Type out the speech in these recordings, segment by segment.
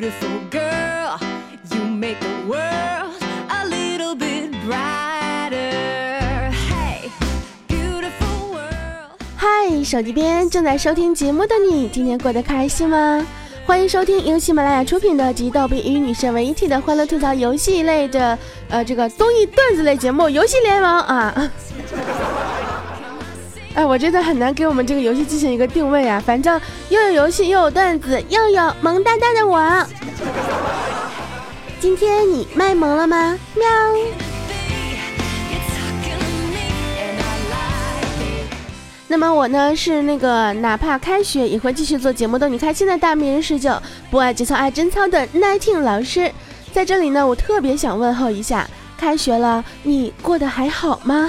beautiful girl, you make the world a little bit brighter. Hey, beautiful world. 嗨，手机边正在收听节目的你，今天过得开心吗？欢迎收听由喜马拉雅出品的集逗比与女神为一体的欢乐吐槽游戏类的这个综艺段子类节目《游戏联盟》啊。哎，我真的很难给我们这个游戏进行一个定位啊，反正又有游戏又有段子，又有萌哒哒的我。今天你卖萌了吗？喵。那么我呢是那个哪怕开学也会继续做节目逗你开心的大迷人19，不爱节操爱贞操的 19 老师。在这里呢，我特别想问候一下，开学了你过得还好吗？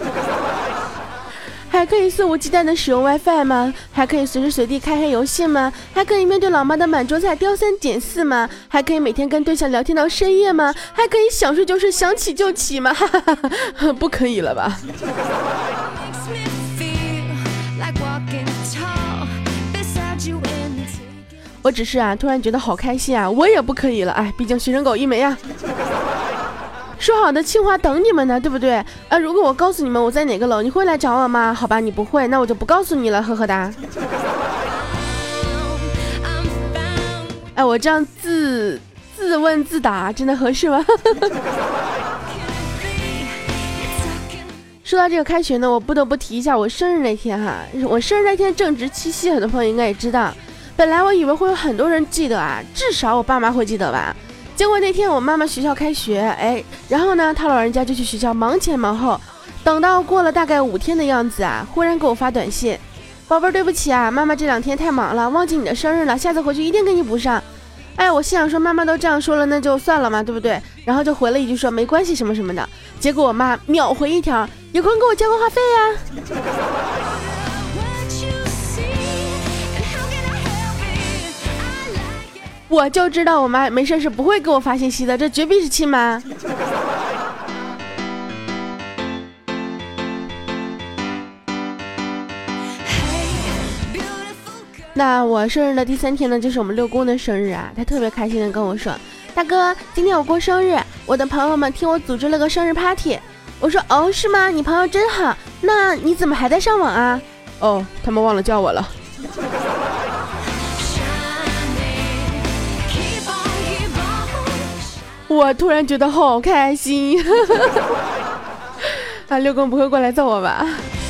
还可以肆无忌惮的使用 WiFi 吗？还可以随时随地开黑游戏吗？还可以面对老妈的满桌菜雕3减4吗？还可以每天跟对象聊天到深夜吗？还可以想睡就是想起就起吗？哈哈哈哈，不可以了吧？我只是突然觉得好开心啊，我也不可以了，哎，毕竟学生狗一枚啊。说好的清华等你们呢，对不对？如果我告诉你们我在哪个楼，你会来找我吗？好吧，你不会，那我就不告诉你了，呵呵哒。哎，我这样自问自答，真的合适吗？说到这个开学呢，我不得不提一下我生日那天哈，我生日那天正值七夕，很多朋友应该也知道。本来我以为会有很多人记得啊，至少我爸妈会记得吧。结果那天我妈妈学校开学，然后呢，她老人家就去学校忙前忙后，等到过了大概5天的样子啊，忽然给我发短信，宝贝儿，对不起啊，妈妈这2天太忙了，忘记你的生日了，下次回去一定给你补上。我心想说妈妈都这样说了，那就算了嘛，对不对？然后就回了一句说没关系什么什么的。结果我妈秒回一条，有空给我交个话费呀。我就知道我妈没事是不会给我发信息的，这绝壁是亲妈。那我生日的第3天呢，就是我们6公的生日啊，他特别开心的跟我说，大哥，今天我过生日，我的朋友们听我组织了个生日 party。我说哦，是吗？你朋友真好，那你怎么还在上网啊？哦，他们忘了叫我了。我突然觉得好开心。6公不会过来揍我吧？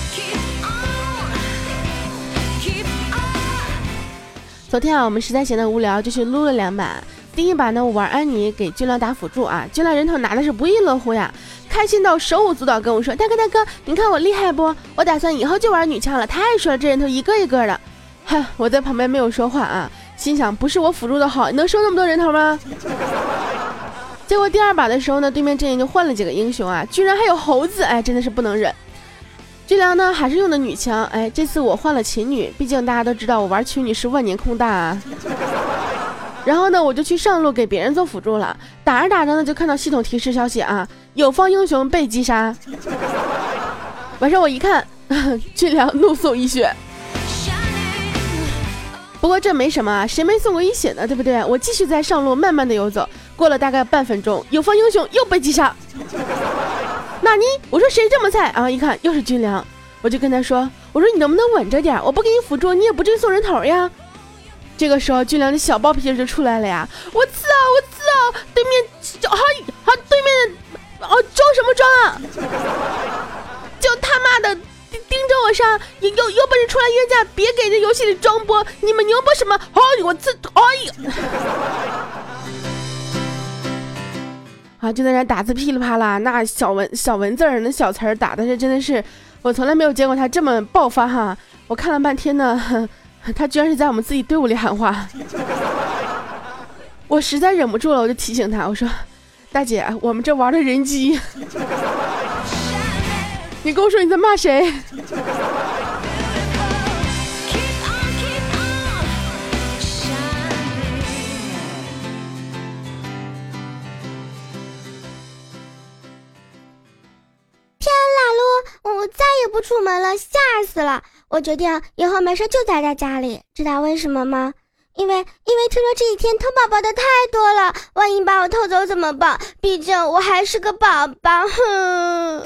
昨天我们实在闲得无聊，就去撸了2把。第一把呢，我玩安妮给军亮打辅助啊，军亮人头拿的是不亦乐乎呀，开心到手舞足蹈，跟我说，大哥，你看我厉害不？我打算以后就玩女枪了，太帅了，这人头一个一个的。哼，我在旁边没有说话啊，心想不是我辅助的好，能收那么多人头吗？结果第2把的时候呢，对面阵营就换了几个英雄啊，居然还有猴子，真的是不能忍。军良呢还是用的女枪，这次我换了琴女，毕竟大家都知道我玩琴女是万年空大啊。然后呢，我就去上路给别人做辅助了，打着打着呢，就看到系统提示消息啊，有方英雄被击杀。晚上我一看，军良怒送1血。不过这没什么啊，谁没送过1血呢，对不对？我继续在上路慢慢的游走，过了大概半分钟，有方英雄又被击杀。纳尼？我说谁这么菜啊？一看又是军良，我就跟他说，我说你能不能稳着点，我不给你辅助，你也不至于送人头呀。这个时候军良的小暴脾气就出来了呀，我刺啊，对面对面的装什么装啊？就他妈的盯着我上，有本事出来冤家，别给这游戏里装播，你们牛播什么？我刺，就在那打字噼里啪啦，那小文字儿，那小词儿打的是真的是，我从来没有见过他这么爆发哈！我看了半天呢，他居然是在我们自己队伍里喊话，我实在忍不住了，我就提醒他，我说：“大姐，我们这玩的人机，你跟我说你在骂谁？” 我再也不出门了，吓死了！我决定以后没事就待在家里，知道为什么吗？ 因为听说这几天偷宝宝的太多了，万一把我偷走怎么办？毕竟我还是个宝宝。哼。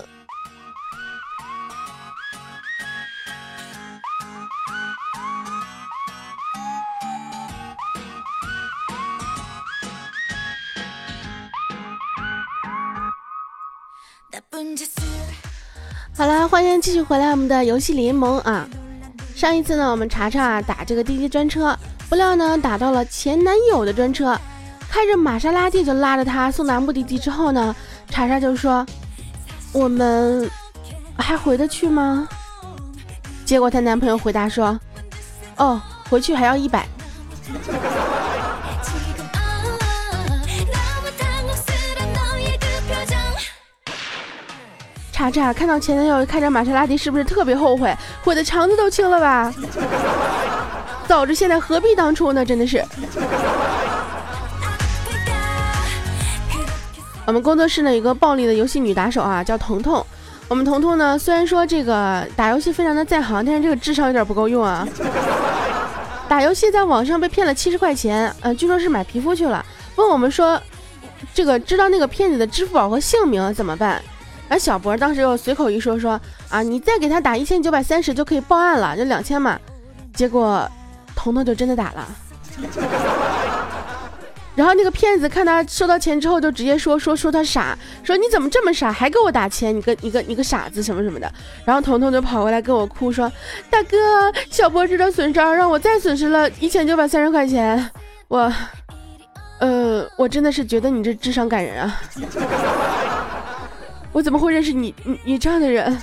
好啦，欢迎继续回来我们的游戏联盟啊！上一次呢，我们查查打这个滴滴专车，不料呢打到了前男友的专车，开着玛莎拉蒂就拉着他送达目的地之后呢，查查就说：“我们还回得去吗？”结果她男朋友回答说：“哦，回去还要100。”查查看到前男友开着玛莎拉蒂，是不是特别后悔？悔的肠子都青了吧？早知现在何必当初呢？真的是。我们工作室呢有个暴力的游戏女打手啊，叫彤彤。我们彤彤呢，虽然说这个打游戏非常的在行，但是这个智商有点不够用啊。打游戏在网上被骗了70块钱，据说是买皮肤去了。问我们说，这个知道那个骗子的支付宝和姓名怎么办？而小博当时又随口一说啊，你再给他打1930就可以报案了，就2000嘛。结果彤彤就真的打了，然后那个骗子看他收到钱之后，就直接说他傻，说你怎么这么傻，还给我打钱，你个傻子什么什么的。然后彤彤就跑过来跟我哭说，大哥，小博知道损失让我再损失了1930块钱，我真的是觉得你这智商感人啊。我怎么会认识你这样的人？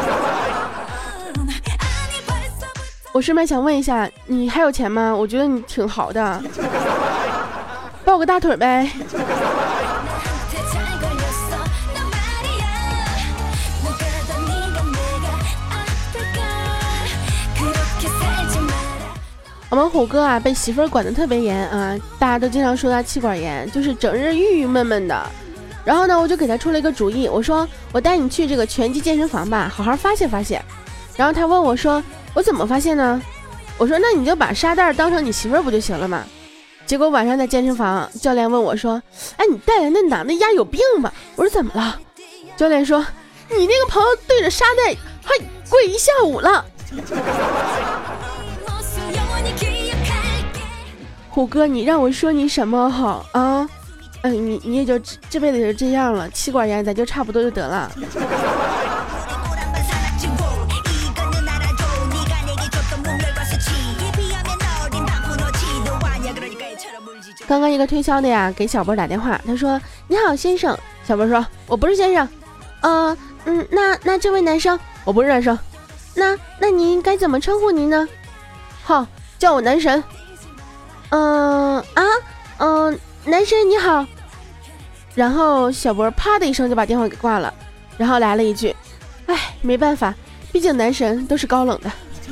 我顺便想问一下，你还有钱吗？我觉得你挺好的，抱个大腿呗。我们虎哥啊，被媳妇儿管得特别严啊，大家都经常说他妻管严，就是整日郁郁闷闷的。然后呢，我就给他出了一个主意，我说我带你去这个拳击健身房吧，好好发泄发泄。然后他问我说，我怎么发泄呢？我说那你就把沙袋当成你媳妇儿不就行了吗？结果晚上在健身房，教练问我说，哎，你带来那男的丫有病吧？我说怎么了？教练说，你那个朋友对着沙袋还跪1下午了。虎哥，你让我说你什么好啊？你也就这辈子就这样了，妻管严咱就差不多就得了。刚刚一个推销的呀，给小波打电话，他说：“你好，先生。”小波说：“我不是先生。”那这位男生，我不是男生。那您该怎么称呼您呢？好，叫我男神。男神你好。然后小博啪的一声就把电话给挂了，然后来了一句，哎，没办法，毕竟男神都是高冷的。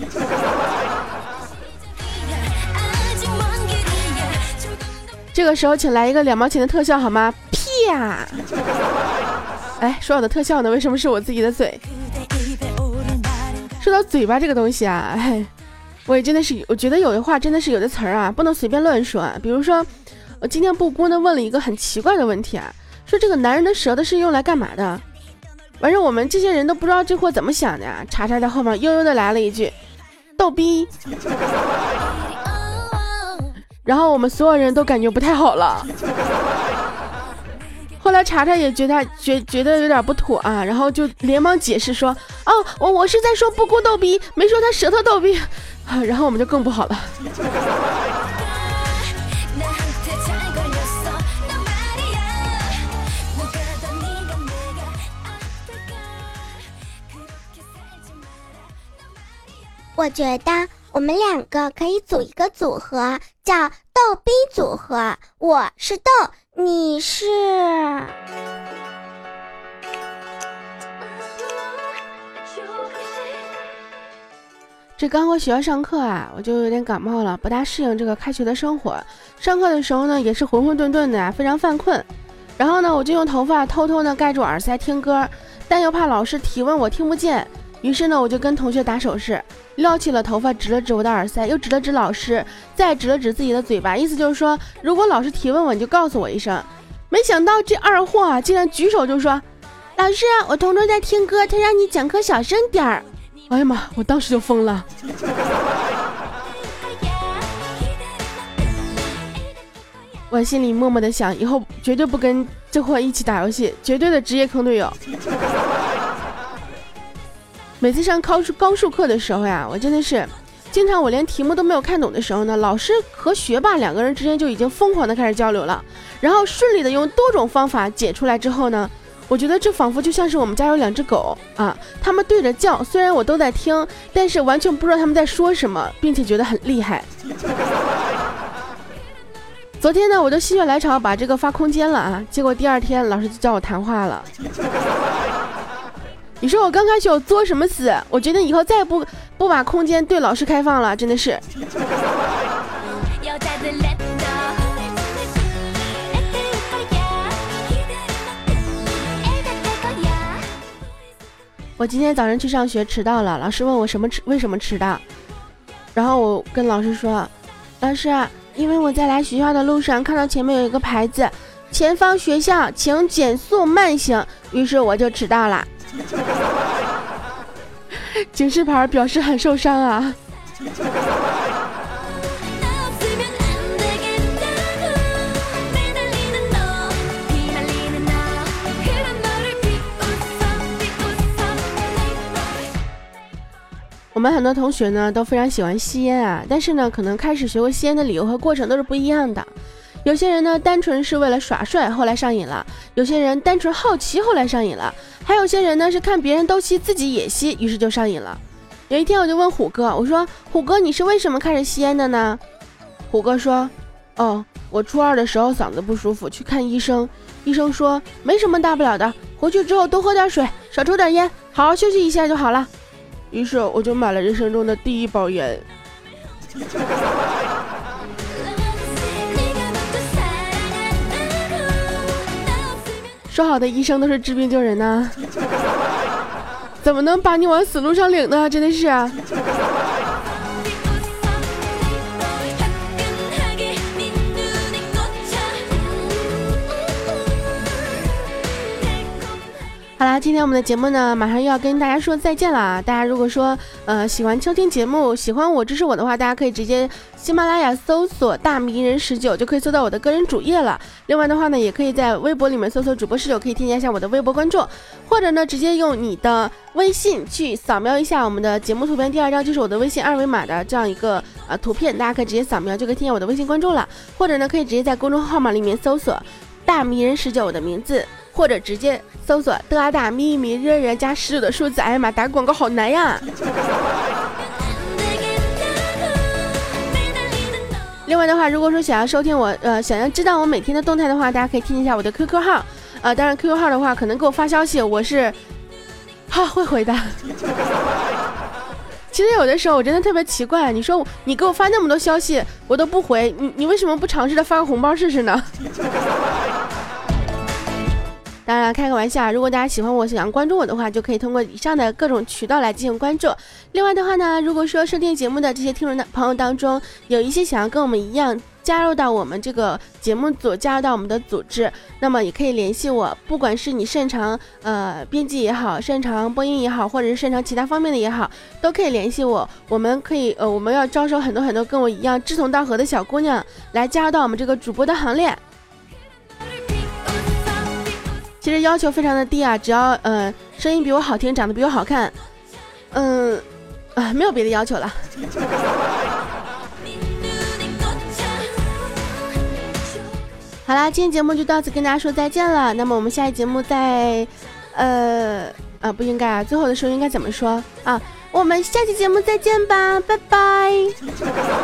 这个时候请来一个2毛钱的特效好吗？啪！哎，说我的特效呢，为什么是我自己的嘴？说到嘴巴这个东西啊，哎，我也真的是，我觉得有的话真的是有的词儿啊，不能随便乱说啊。比如说，我今天布姑呢问了一个很奇怪的问题啊，说这个男人的舌头是用来干嘛的？完事我们这些人都不知道这货怎么想的呀。查查在后面悠悠的来了一句，逗逼。然后我们所有人都感觉不太好了。后来查查也觉得有点不妥啊，然后就连忙解释说，哦，我是在说布姑逗逼，没说他舌头逗逼。然后我们就更不好了。 我觉得我们2个可以组一个组合，叫逗逼组合。我是逗，你是…… 这刚回学校上课啊，我就有点感冒了，不大适应这个开学的生活。上课的时候呢，也是浑浑沌沌的呀，非常犯困。然后呢，我就用头发偷偷的盖住耳塞听歌，但又怕老师提问我听不见。 于是呢，我就跟同学打手势，撩起了头发，指了指我的耳塞，又指了指老师，再指了指自己的嘴巴，意思就是说，如果老师提问我，你就告诉我一声。没想到这二货啊，竟然举手就说：“老师，我同桌在听歌，他让你讲课小声点儿。”哎呀妈，我当时就疯了。我心里默默的想，以后绝对不跟这货一起打游戏，绝对的职业坑队友。每次上高数课的时候呀，我真的是经常我连题目都没有看懂的时候呢，老师和学霸两个人之间就已经疯狂的开始交流了，然后顺利的用多种方法解出来之后呢，我觉得这仿佛就像是我们家有两只狗啊，他们对着叫，虽然我都在听，但是完全不知道他们在说什么，并且觉得很厉害。昨天呢，我就心血来潮把这个发空间了啊，结果第二天老师就叫我谈话了。你说我刚开学我作什么死？我决定以后再也不把空间对老师开放了，真的是。我今天早上去上学迟到了，老师问我为什么迟到，然后我跟老师说，老师，因为我在来学校的路上看到前面有一个牌子，前方学校请减速慢行，于是我就迟到了。警示牌表示很受伤啊。我们很多同学呢都非常喜欢吸烟啊，但是呢可能开始学会吸烟的理由和过程都是不一样的。有些人呢单纯是为了耍帅，后来上瘾了；有些人单纯好奇，后来上瘾了；还有些人呢是看别人都吸，自己也吸，于是就上瘾了。有一天我就问虎哥，我说虎哥，你是为什么开始吸烟的呢？虎哥说，我初二的时候嗓子不舒服，去看医生，医生说没什么大不了的，回去之后多喝点水，少抽点烟，好好休息一下就好了。于是我就买了人生中的第一包烟。说好的医生都是治病救人呢，怎么能把你往死路上领呢？真的是啊。好啦，今天我们的节目呢，马上又要跟大家说再见了啊！大家如果说喜欢收听节目，喜欢我支持我的话，大家可以直接喜马拉雅搜索大迷人19就可以搜到我的个人主页了。另外的话呢，也可以在微博里面搜索主播19，可以添加一下我的微博关注，或者呢直接用你的微信去扫描一下我们的节目图片，第2张就是我的微信2维码的这样一个图片，大家可以直接扫描就可以添加我的微信关注了，或者呢可以直接在公众号码里面搜索大迷人19我的名字，或者直接搜索的大咪咪热热加19的数字。哎呀妈，打广告好难呀。另外的话，如果说想要收听我想要知道我每天的动态的话，大家可以听一下我的 QQ 号当然 QQ 号的话可能给我发消息，我是会回的。其实有的时候我真的特别奇怪，你说你给我发那么多消息我都不回，你为什么不尝试着发个红包试试呢？当然开个玩笑，如果大家喜欢我，想要关注我的话，就可以通过以上的各种渠道来进行关注。另外的话呢，如果说收听节目的这些听众的朋友当中，有一些想要跟我们一样加入到我们这个节目组，加入到我们的组织，那么也可以联系我，不管是你擅长编辑也好，擅长播音也好，或者是擅长其他方面的也好，都可以联系我。我们可以我们要招收很多跟我一样志同道合的小姑娘来加入到我们这个主播的行列。其实要求非常的低啊，只要声音比我好听，长得比我好看，没有别的要求了。好啦，今天节目就到此跟大家说再见了。那么我们下一节目再不应该啊，最后的时候应该怎么说啊？我们下期节目再见吧，拜拜。